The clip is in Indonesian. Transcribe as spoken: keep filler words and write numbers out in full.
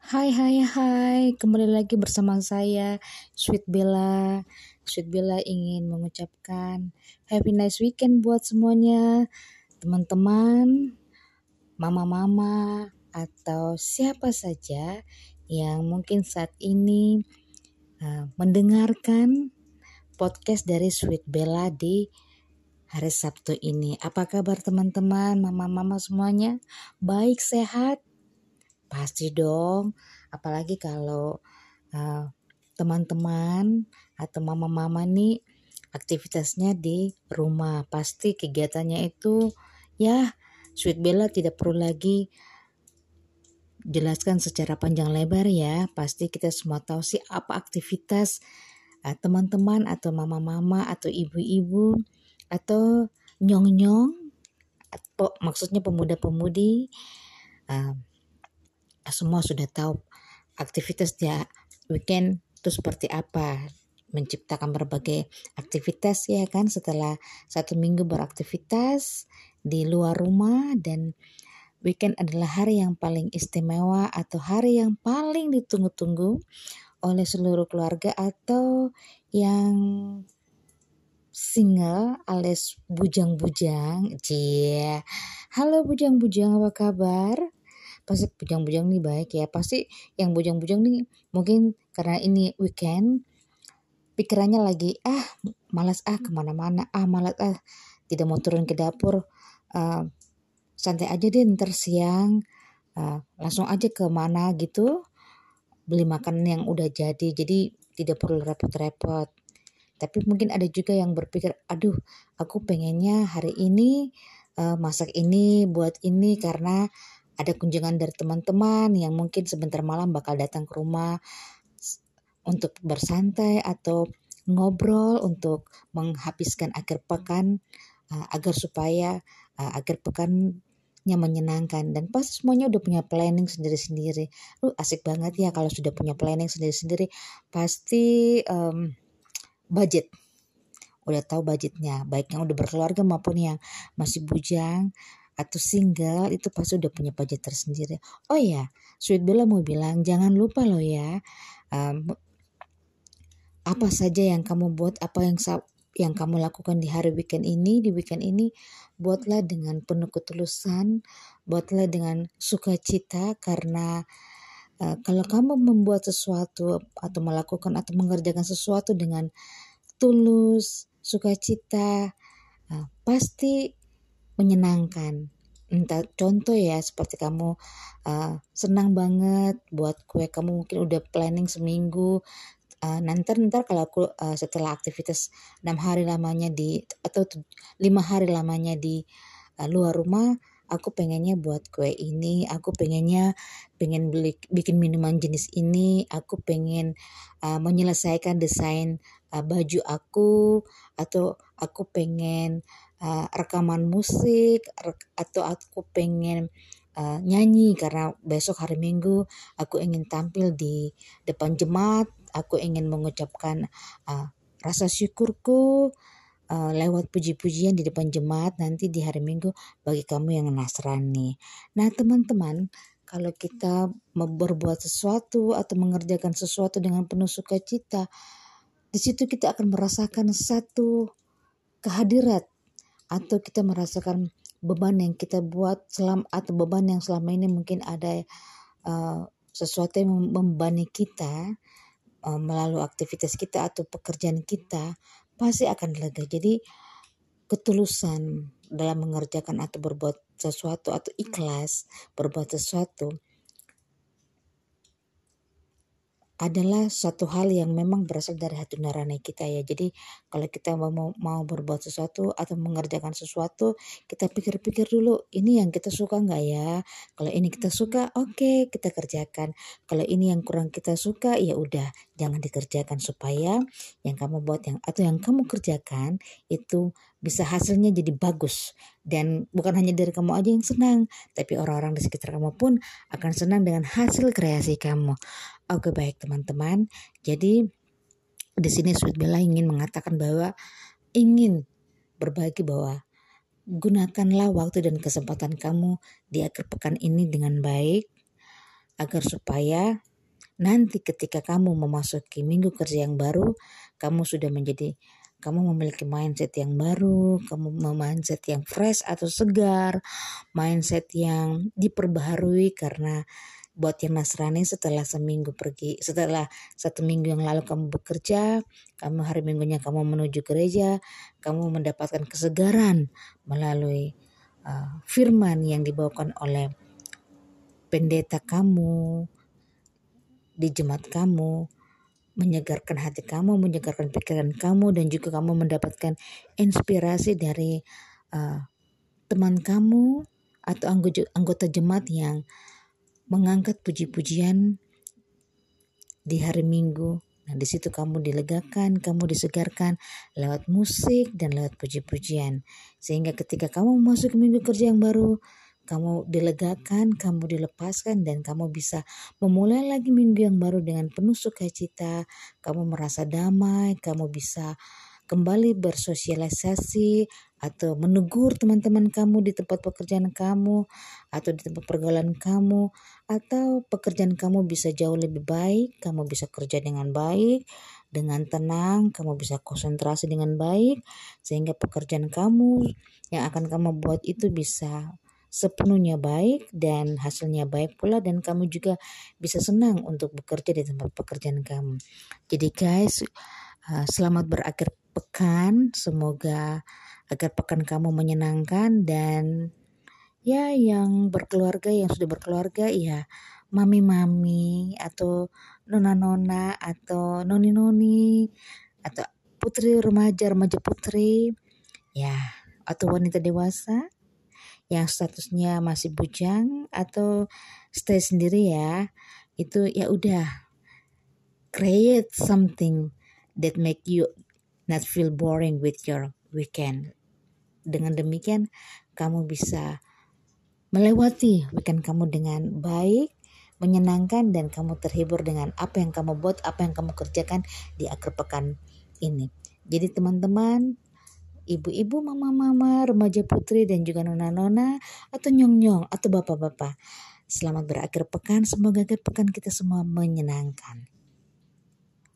Hai hai hai, kembali lagi bersama saya Sweet Bella. Sweet Bella ingin mengucapkan happy nice weekend buat semuanya, teman-teman, mama-mama, atau siapa saja yang mungkin saat ini uh, mendengarkan podcast dari Sweet Bella di hari Sabtu ini. Apa kabar teman-teman, mama-mama semuanya? Baik, sehat? Pasti dong, apalagi kalau uh, teman-teman atau mama-mama nih aktivitasnya di rumah. Pasti kegiatannya itu ya Sweet Bella tidak perlu lagi jelaskan secara panjang lebar ya. Pasti kita semua tahu sih apa aktivitas uh, teman-teman atau mama-mama atau ibu-ibu atau nyong-nyong atau maksudnya pemuda-pemudi, uh, semua sudah tahu aktivitas dia weekend itu seperti apa, menciptakan berbagai aktivitas ya kan setelah satu minggu beraktivitas di luar rumah. Dan weekend adalah hari yang paling istimewa atau hari yang paling ditunggu-tunggu oleh seluruh keluarga atau yang single alias bujang-bujang. Cie, halo bujang-bujang, apa kabar? Pasti bujang-bujang nih baik ya. Pasti yang bujang-bujang nih mungkin karena ini weekend pikirannya lagi ah malas ah kemana-mana, ah malas ah tidak mau turun ke dapur, uh, santai aja deh ntar siang, uh, langsung aja ke mana gitu beli makanan yang udah jadi jadi tidak perlu repot-repot. Tapi mungkin ada juga yang berpikir aduh aku pengennya hari ini uh, masak ini buat ini karena ada kunjungan dari teman-teman yang mungkin sebentar malam bakal datang ke rumah untuk bersantai atau ngobrol untuk menghabiskan akhir pekan, uh, agar supaya uh, akhir pekannya menyenangkan. Dan pas semuanya udah punya planning sendiri-sendiri. Lu asik banget ya kalau sudah punya planning sendiri-sendiri. Pasti um, budget. Udah tahu budgetnya, baik yang udah berkeluarga maupun yang masih bujang atau single itu pasti udah punya budget tersendiri. Oh ya, Sweet Bella mau bilang jangan lupa loh ya, um, apa saja yang kamu buat, apa yang yang kamu lakukan di hari weekend ini, di weekend ini buatlah dengan penuh ketulusan, buatlah dengan sukacita karena uh, kalau kamu membuat sesuatu atau melakukan atau mengerjakan sesuatu dengan tulus, sukacita, uh, pasti menyenangkan. Entah contoh ya seperti kamu uh, senang banget buat kue, kamu mungkin udah planning seminggu, uh, nanti ntar kalau aku uh, setelah aktivitas enam hari lamanya di atau lima hari lamanya di uh, luar rumah, aku pengennya buat kue ini, aku pengennya pengen beli bikin minuman jenis ini, aku pengen uh, menyelesaikan desain uh, baju aku, atau aku pengen uh, rekaman musik, rek, atau aku pengen uh, nyanyi karena besok hari Minggu aku ingin tampil di depan jemaat, aku ingin mengucapkan uh, rasa syukurku uh, lewat puji-pujian di depan jemaat nanti di hari Minggu bagi kamu yang Nasrani. Nah teman-teman, kalau kita berbuat sesuatu atau mengerjakan sesuatu dengan penuh sukacita, di situ kita akan merasakan satu kehadirat atau kita merasakan beban yang kita buat selama atau beban yang selama ini mungkin ada uh, sesuatu yang membebani kita uh, melalui aktivitas kita atau pekerjaan kita pasti akan lega. Jadi ketulusan dalam mengerjakan atau berbuat sesuatu atau ikhlas berbuat sesuatu adalah suatu hal yang memang berasal dari hati nurani kita ya. Jadi kalau kita mau mau berbuat sesuatu atau mengerjakan sesuatu, kita pikir-pikir dulu ini yang kita suka nggak ya. Kalau ini kita suka, oke okay, kita kerjakan. Kalau ini yang kurang kita suka, ya udah jangan dikerjakan supaya yang kamu buat yang atau yang kamu kerjakan itu bisa hasilnya jadi bagus. Dan bukan hanya dari kamu aja yang senang, tapi orang-orang di sekitar kamu pun akan senang dengan hasil kreasi kamu. Oke baik teman-teman, jadi di sini Sweet Bella ingin mengatakan bahwa ingin berbagi bahwa gunakanlah waktu dan kesempatan kamu di akhir pekan ini dengan baik. agar supaya nanti ketika kamu memasuki minggu kerja yang baru, kamu sudah menjadi kamu memiliki mindset yang baru, kamu mindset yang fresh atau segar, mindset yang diperbaharui. Karena buat yang Nasrani, setelah seminggu pergi, setelah satu minggu yang lalu kamu bekerja, kamu hari minggunya kamu menuju gereja, kamu mendapatkan kesegaran melalui uh, firman yang dibawakan oleh pendeta kamu di jemaat kamu, menyegarkan hati kamu, menyegarkan pikiran kamu, dan juga kamu mendapatkan inspirasi dari uh, teman kamu atau anggota, anggota jemaat yang mengangkat puji-pujian di hari Minggu. Nah, di situ kamu dilegakan, kamu disegarkan lewat musik dan lewat puji-pujian. Sehingga ketika kamu masuk minggu kerja yang baru, kamu dilegakan, kamu dilepaskan, dan kamu bisa memulai lagi minggu yang baru dengan penuh sukacita. Kamu merasa damai, kamu bisa kembali bersosialisasi atau menegur teman-teman kamu di tempat pekerjaan kamu atau di tempat pergaulan kamu, atau pekerjaan kamu bisa jauh lebih baik. Kamu bisa kerja dengan baik, dengan tenang, kamu bisa konsentrasi dengan baik, sehingga pekerjaan kamu yang akan kamu buat itu bisa sepenuhnya baik dan hasilnya baik pula, dan kamu juga bisa senang untuk bekerja di tempat pekerjaan kamu. Jadi guys, uh, selamat berakhir pekan, semoga agar pekan kamu menyenangkan. Dan ya, yang berkeluarga, yang sudah berkeluarga, ya mami-mami atau nona-nona atau noni-noni atau putri remaja, remaja putri, ya, atau wanita dewasa yang statusnya masih bujang atau stay sendiri, ya, itu ya udah, create something that make you not feel boring with your weekend. Dengan demikian kamu bisa melewati weekend kamu dengan baik, menyenangkan, dan kamu terhibur dengan apa yang kamu buat, apa yang kamu kerjakan di akhir pekan ini. Jadi teman-teman, ibu-ibu, mama-mama, remaja putri, dan juga nona-nona atau nyong-nyong atau bapak-bapak, selamat berakhir pekan. Semoga akhir pekan kita semua menyenangkan.